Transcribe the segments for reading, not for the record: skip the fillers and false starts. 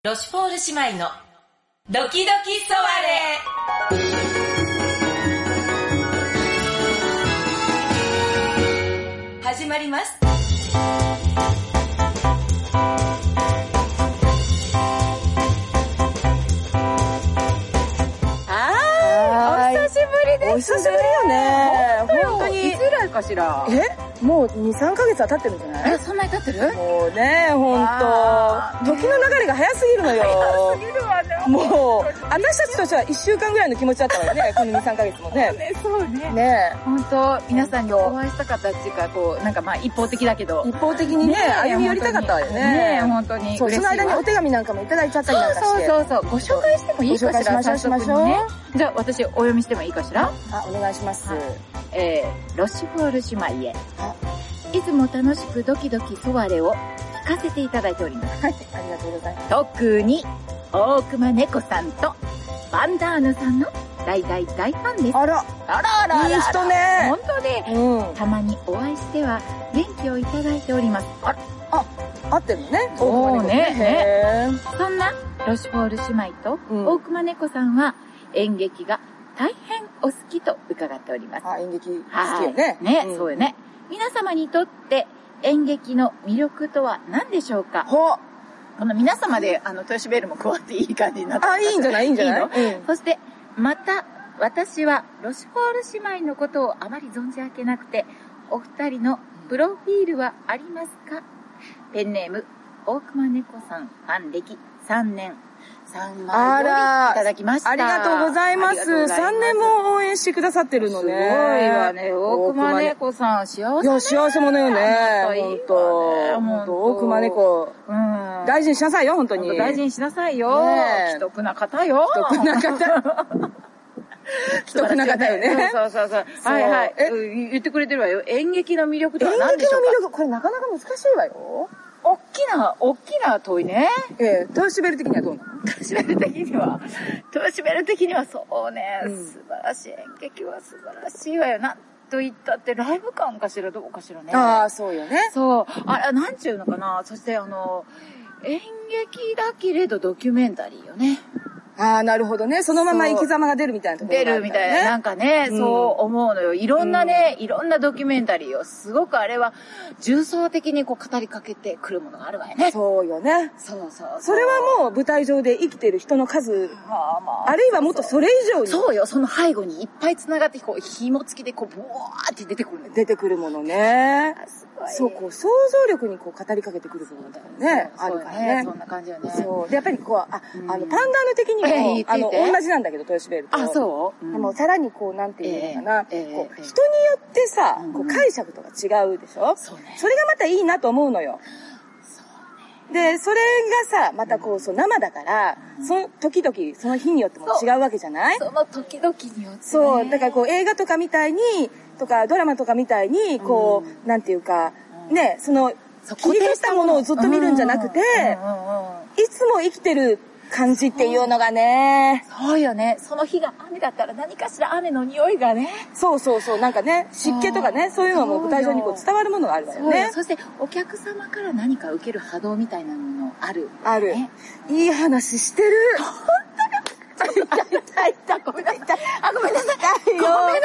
ロシュポール姉妹のドキドキソワレ始まります。 お久しぶりよね。 本当にいつ以来かしら。 もう2、3ヶ月は経ってるんじゃない？ そんなに経ってる？ もうね、ほんと時の流れが早すぎるのよ。 早すぎるわね。 もう私たちとしては1週間ぐらいの気持ちだったわよね、この2、3ヶ月もね。 そうね。 ね、 本当皆さんにお会いしたかったっていうか、こうなんかまあ一方的だけど、 一方的にね歩み寄りたかったわよね。 ね、本当に。 そう、その間にお手紙なんかもいただいちゃったりなんかして。 そうご紹介してもいいかしら？ ご紹介しましょう。 じゃあ私お読みしてもいいかしら？ お願いします。 ロシュフォール姉妹へ。いつも楽しくドキドキソワレを聞かせていただいております。 はい、ありがとうございます。 特に大熊猫さんとバンダーヌさんの大ファンです。 あらいい人ね。 本当ね、たまにお会いしては元気をいただいております。 合ってるのね。 そうね。そんなロシュフォール姉妹と大熊猫さんは演劇が大変お好きと伺っております。 演劇好きよね。 ね、そうよね。皆様にとって演劇の魅力とは何でしょうか？この皆様で豊島ベールも加わっていい感じになってます。 いいんじゃない？ そしてまた私はロシュフォール姉妹のことをあまり存じ上げなくて、お二人のプロフィールはありますか？ペンネーム大熊猫さん、ファン歴3年3枚よりいただきました。 ありがとうございます。3年も応援してくださってるのね。 すごいわね。大熊猫さん、幸せね。 いや、幸せ者よね。ほんと。大熊猫。大事にしなさいよ、ほんとに。 大事にしなさいよ。既得な方よ。 既得な方。既得な方よね。 そう。はい。言ってくれてるわよ。演劇の魅力とは何でしょうか？ 演劇の魅力、これなかなか難しいわよ。 大きな問いね。 豊島ベル的にはどうなの？ 豊島ベル的にはそうね、素晴らしい。演劇は素晴らしいわよ。なんと言ったってライブ感かしら、どうかしらね。 そうよね。 そう。なんちゅうのかな。そして演劇だけれどドキュメンタリーよね。 なるほどね。そのまま生き様が出るみたいなところがある、ね。 出るみたいな。なんかね、そう思うのよ。いろんなドキュメンタリーを、すごくあれは、重層的にこう語りかけてくるものがあるわよね。 そうよね。 そう。 それはもう舞台上で生きてる人の数、あるいはもっとそれ以上に。 そうよ。その背後にいっぱい繋がって、こう、紐付きでこう、ブワーって出てくる。 出てくるものね。そう、こう、想像力にこう語りかけてくるものだよね。あるからね。 そんな感じよね。 そう。で、やっぱりこう、パンダーヌ的にも、同じなんだけど、豊島ベールと。 そうでも、さらにこう、なんていうのかな。こう、人によってさ、こう、解釈とか違うでしょ？ そうね。 それがまたいいなと思うのよ。で、それがさ、またこう、生だから、その時々、その日によっても違うわけじゃない？ その時々によって。 そう、だからこう、映画とかみたいに、とか、ドラマとかみたいに、こう、なんていうか、ね、切り取ったものをずっと見るんじゃなくて、いつも生きてる感じっていうのがね。 そうよね。その日が雨だったら何かしら雨の匂いがね。 そう。なんかね、湿気とかね、そういうのも舞台上にこう伝わるものがあるわよね。 そしてお客様から何か受ける波動みたいなものある。 いい話してる。 本当に。ごめんなさい。ごめんなさい。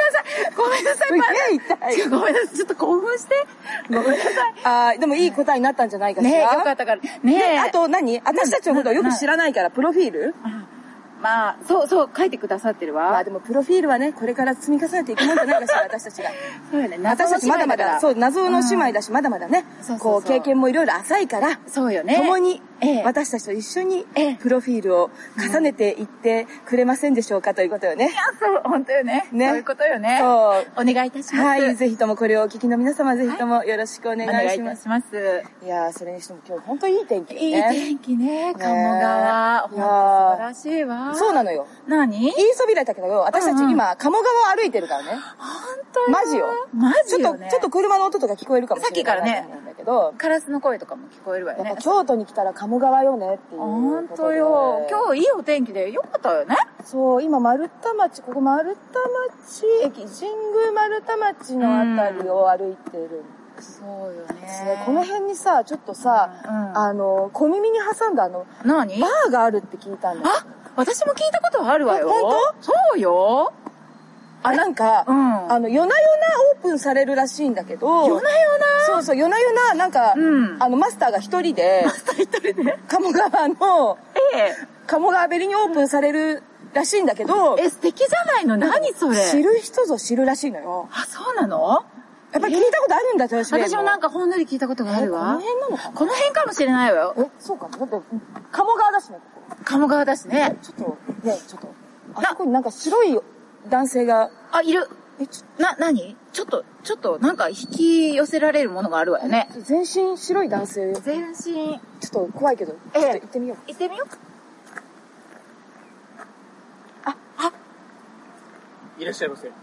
ちょっと興奮して。ごめんなさい。 でもいい答えになったんじゃないかしら。 ね、よかったから。ね。 あと私たちのことをよく知らないから、プロフィール？ そう、書いてくださってるわ。 でもプロフィールはね、これから積み重ねていくもんじゃないかしら、私たちが。 そうよね。 私たちまだまだ、謎の姉妹だし、まだまだね、こう、経験もいろいろ浅いから、 そうよね。 共に、私たちと一緒に、プロフィールを重ねていってくれませんでしょうかということよね。 いや、そう、本当よね。そういうことよね。 そう。 お願いいたします。 はい、ぜひともこれをお聞きの皆様、ぜひともよろしくお願いします。 お願いいたします。 いやそれにしても今日本当にいい天気ね。 いい天気ね、鴨川。本当素晴らしいわ。 そうなのよ。 何？ 言いそびれたけどよ、私たち今、鴨川を歩いてるからね。 本当？ マジよ。ちょっと車の音とか聞こえるかもしれない。 さっきからね、カラスの声とかも聞こえるわよね。 京都に来たら鴨川よねっていう。 本当よ。今日いいお天気でよかったよね。 そう、今丸太町、駅、神宮丸太町のあたりを歩いてる。 そうよね。 この辺にさ、ちょっとさ、小耳に挟んだ何？ バーがあるって聞いたんだよ。 あ、私も聞いたことあるわよ。 本当？ そうよ。 なんか、夜な夜なオープンされるらしいんだけど、 夜な夜な？ そうそう、夜な夜な、なんか、マスターが一人で、鴨川の、鴨川べりにオープンされるらしいんだけど、 素敵じゃないの？何それ？ 知る人ぞ知るらしいのよ。 あ、そうなの？ やっぱり聞いたことあるんだ、私もなんかほんのり聞いたことがあるわ。 この辺なのかな？ この辺かもしれないわよ。 そうかな。だって、鴨川だしね、ここ。 鴨川だしね。 ちょっと、あそこになんか白い男性が。 あ、いる。何？ちょっと、なんか引き寄せられるものがあるわよね。 全身白い男性。 全身。 ちょっと怖いけど、ちょっと行ってみよう。 行ってみよう。 いらっしゃいませ。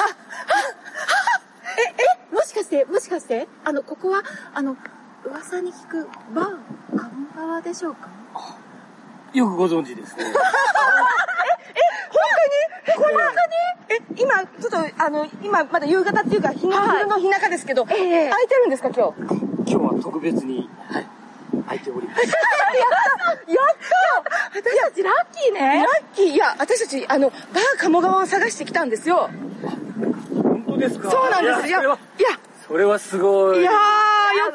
もしかして、ここは、噂に聞くバー、鴨川でしょうか？ よくご存知ですね。 本当に今、ちょっと、今、まだ夕方っていうか、昼の日中ですけど、空いてるんですか、今日？ 今日は特別に、空いております。 やった私たちラッキーね。 ラッキー。いや、私たち、バー鴨川を探してきたんですよ。 本当ですか？ そうなんです。いや、 それはすごい。 いやー、よかった、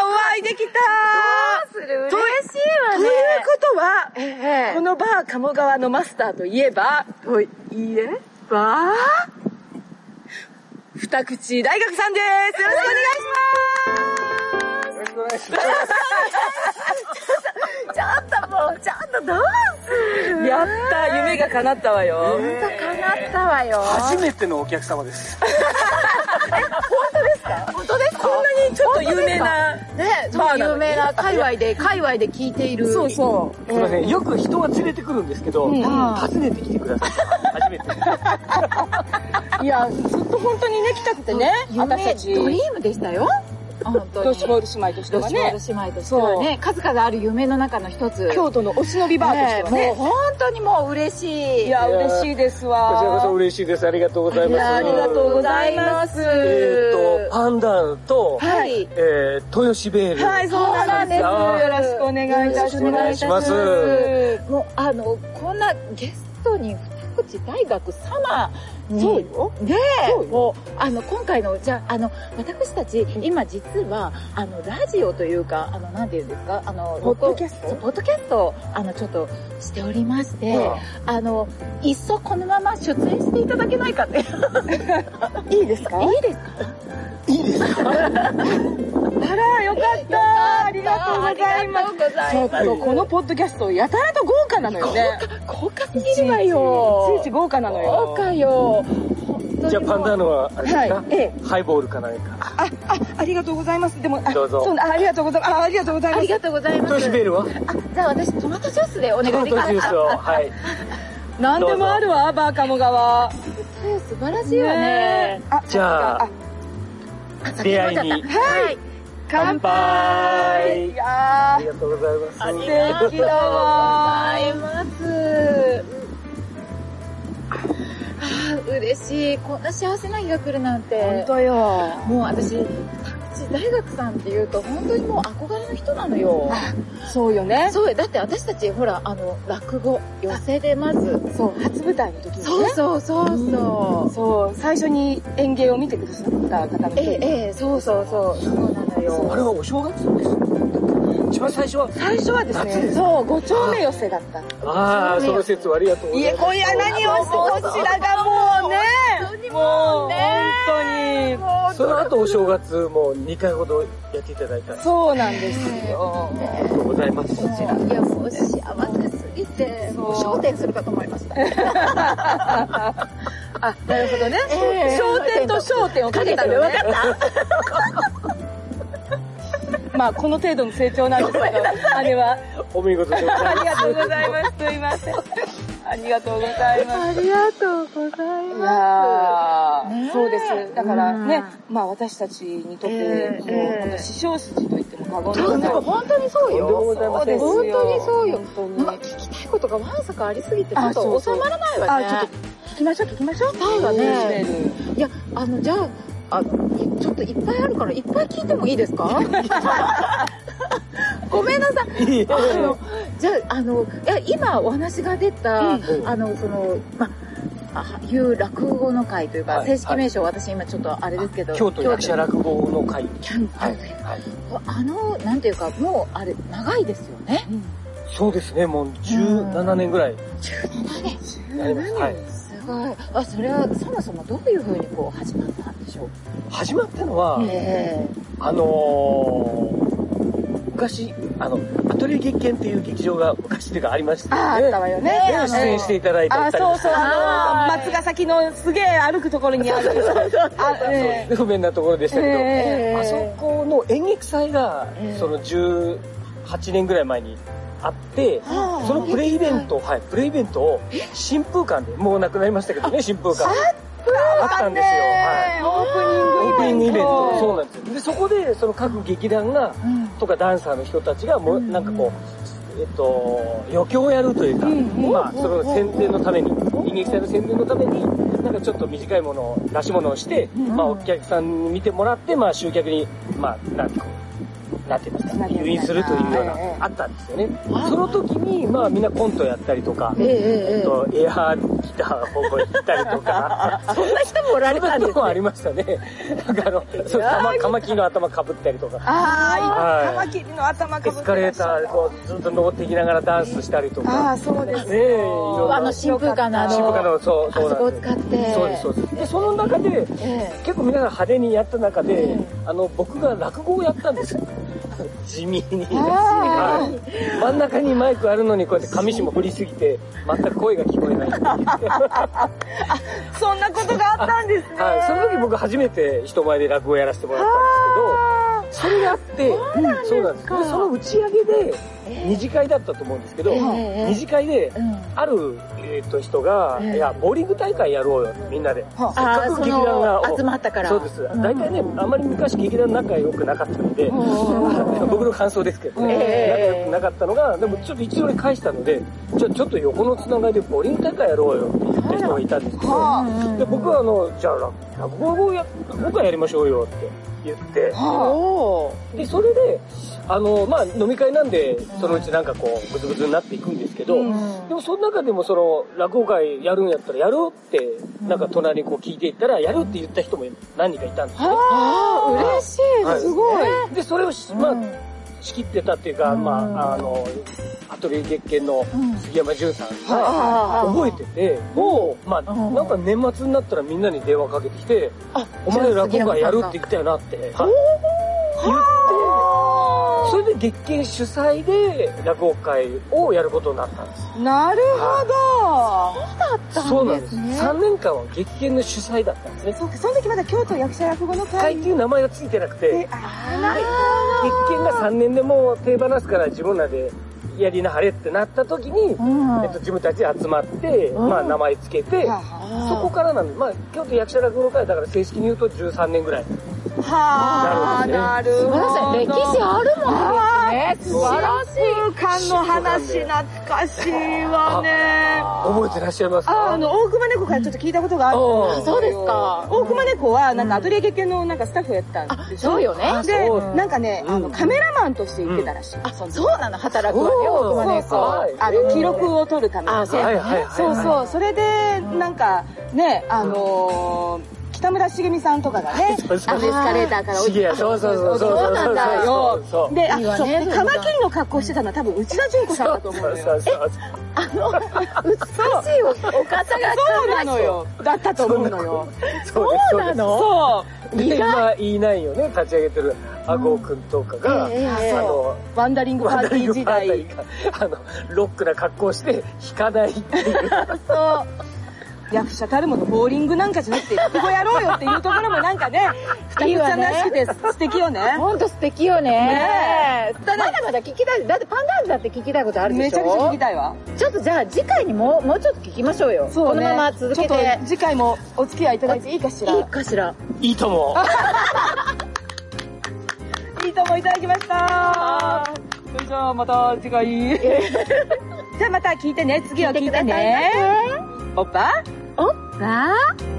お会いできたどうする？嬉しいわね。 ということは、このバー鴨川のマスターといえば、二口大学さんです。よろしくお願いします。 よろしくお願いします。 ちゃんとどうする？ やった、夢が叶ったわよ。 ほんと叶ったわよ。 初めてのお客様です。 本当ですか？こんなにちょっと有名な、 ね、有名な界隈で聞いている。 そうそう。 すいません、よく人は連れてくるんですけど、訪ねてきてください。初めて。 いや、ずっと本当にね、来たくてね、私たち。 ドリームでしたよ。本当に。 ロシュボール姉妹としてはね。 ロシュボール姉妹としてはね、数々ある夢の中の一つ。 京都のお忍びバーとしてはね。 もう本当にもう嬉しい。 いや、嬉しいですわ。 こちらこそ嬉しいです。ありがとうございます。 ありがとうございます。 パンダーンと、豊志ベール。 はい、そうなんです。よろしくお願いいたします。 お願いします。 もう、こんなゲストに二口大学様に。 そうよ。 で、もう、今回の、じゃあ、私たち、今実は、ラジオというか、なんていうんですか、 ポッドキャスト？ ポッドキャストを、ちょっとしておりまして、いっそこのまま出演していただけないかって。 いいですか？ いいですか？ いいですか？ あら、よかった。ありがとうございます。ちょっと、このポッドキャスト、やたらと豪華なのよね。 豪華すぎるわよ。 いちいち豪華なのよ。 豪華よ。 じゃあパンダーノは、あれですか？ハイボールか何か。 ありがとうございます。でも、 どうぞ。 ありがとうございます。ありがとうございます。 ありがとうございます。 豊志ベールは？ じゃあ私、トマトジュースでお願いできますか？ トマトジュースを、はい。 なんでもあるわ、バー鴨川。 素晴らしいわね。 じゃあ、出会いに。 はい。 乾杯。いやありがとうございます。 素敵だわ。 ありがとうございます。嬉しい。こんな幸せな日が来るなんて。 本当よ。 もう私、大学さんっていうと本当にもう憧れの人なのよ。 そうよね。 そうよ。だって私たちほら、落語、寄席でまず。 そう、初舞台の時にね。 そう。 そう、最初に演芸を見てくださった方の人。 そうなのよ。 あれはお正月です一番最初はですね、そう、5丁目寄せだった。 ああ、その説はありがとうございます。 今夜何をしてこちらがもうね、もう本当に。 その後お正月も2回ほどやっていただいた。 そうなんですよ。 ありがとうございます。こちら。 いや、もう幸せすぎて、もう焦点するかと思いました。 あ、なるほどね。焦点と焦点をかけたのね。 分かった？ まあ、この程度の成長なんですけど、姉は。 お見事でございます。 ありがとうございます。すいません。ありがとうございます。 ありがとうございます。 いやー、そうです。だからね、まあ私たちにとって、もう、師匠筋と言っても過言ではない。 本当にそうよ。 そうですよ。 本当にそうよ。 本当に。 聞きたいことがわんさかありすぎて、ちょっと収まらないわね。 ちょっと聞きましょう。 そうだね。いや、じゃあ、 ちょっといっぱいあるからいっぱい聞いてもいいですか？ごめんなさい。じゃあ今お話が出た、いう落語の会というか、正式名称、私今ちょっとあれですけど、 京都役者落語の会。 なんていうか、もうあれ長いですよね。 そうですね、もう17年ぐらい。 17年。 なります。はい。 すごい。それはそもそもどういう風にこう始まったんでしょう？ 始まったのは、昔、アトリエ月見っていう劇場が昔っていうかありましてね。 あったわよね。 出演していただいたりとか。 そう、松ヶ崎のすげえ歩くところにある。 不便なところでしたけど、あそこの演劇祭が、その18年ぐらい前にあって、そのプレイベントを新風館で、もうなくなりましたけどね、新風館。あったんですよ。 オープニングイベント。 そうなんですよ。で、そこで、その各劇団が、とかダンサーの人たちが、もう、なんかこう、余興をやるというか、その宣伝のために、演劇祭の宣伝のために、なんかちょっと短いものを、出し物をして、お客さんに見てもらって、集客に、なんて言いますか、誘引するというような、あったんですよね。その時に、みんなコントやったりとか、エアーギターを弾いたりとか、 そんな人もおられたんですね。 そんな人もありましたね。なんかカマキリの頭被ったりとか。 カマキリの頭被ったり。 エスカレーターこうずっと登っていきながらダンスしたりとか。 そうですね。 新風館のそうあそこを使って。 そうです。で、その中で、結構皆さん派手にやった中で、僕が落語をやったんですよ。地味に。真ん中にマイクあるのにこうやって上下も振りすぎて、全く声が聞こえない。 そんなことがあったんですね。 その時僕初めて人前で落語をやらせてもらったんですけど、それがあって、そうなんです。で、その打ち上げで、二次会だったと思うんですけど、二次会で、ある、人が、いや、ボーリング大会やろうよ、みんなで。せっかく劇団が集まったから。 そうです。大体ね、あまり昔劇団仲良くなかったので、僕の感想ですけどね、仲良くなかったのが、でもちょっと一度に返したので、ちょっと横のつながりでボーリング大会やろうよって言った人がいたんですけど、で僕はじゃあ落語を僕はやりましょうよって言って、で、それで、飲み会なんで、そのうちなんかこう、ぐずぐずになっていくんですけど、でもその中でも落語会やるんやったらやるって、なんか隣にこう聞いていったら、やるって言った人も何人かいたんですね。 嬉しい、すごい。 で、それを仕切ってたっていうか、アトリエ月見の杉山潤さんが覚えてて、なんか年末になったらみんなに電話かけてきて、お前落語会やるって言ったよなって言って、それで月見主催で落語会をやることになったんです。 なるほど。 そうなんです。3年間は月見の主催だったんですね。 そうか、その時まだ京都役者落語の会っていう名前がついてなくて、月見が3年でもう手放すから自分らでやりなはれってなった時に、自分たちで集まって、名前つけて、そこからなんで、京都役者落語の会だから正式に言うと13年ぐらい。 なるほど。 歴史あるもんですね。素晴らしい。 空間の話懐かしいわね。 覚えてらっしゃいますか？ 大熊猫からちょっと聞いたことがある。 そうですか。 大熊猫はなんかアトリエ月見のなんかスタッフやったんでしょ？ そうよね。 で、なんかね、カメラマンとして行ってたらしい。 そうなの、働くわね、大熊猫。 記録を取るために。そう。それで、なんかね、北村茂美さんとかがね、エスカレーターから降りて。 そうなんだよ。で、カマキリの格好してたのは多分内田純子さんだと思うのよ。 美しいお方がそうなのよ。だったと思うのよ。 そうなの？ そう。 で、今、E9をね、立ち上げてるアゴーくんとかが、 ワンダリングパーティー時代。 ロックな格好をして弾かないっていう。 そう。役者たるものボーリングなんかじゃなくて落語やろうよっていうところもなんかね、二人さんらしくて素敵よね。 ほんと素敵よね。まだまだ聞きたい。だってパンダーンだって聞きたいことあるでしょ？ めちゃくちゃ聞きたいわ。 ちょっとじゃあ次回にもうちょっと聞きましょうよ。このまま続けて。ちょっと次回もお付き合いいただいていいかしら？ いいかしら。 いいとも。 いいともいただきました。それじゃあまた次回。じゃあまた聞いてね。次を聞いてね。おっぱおっぱ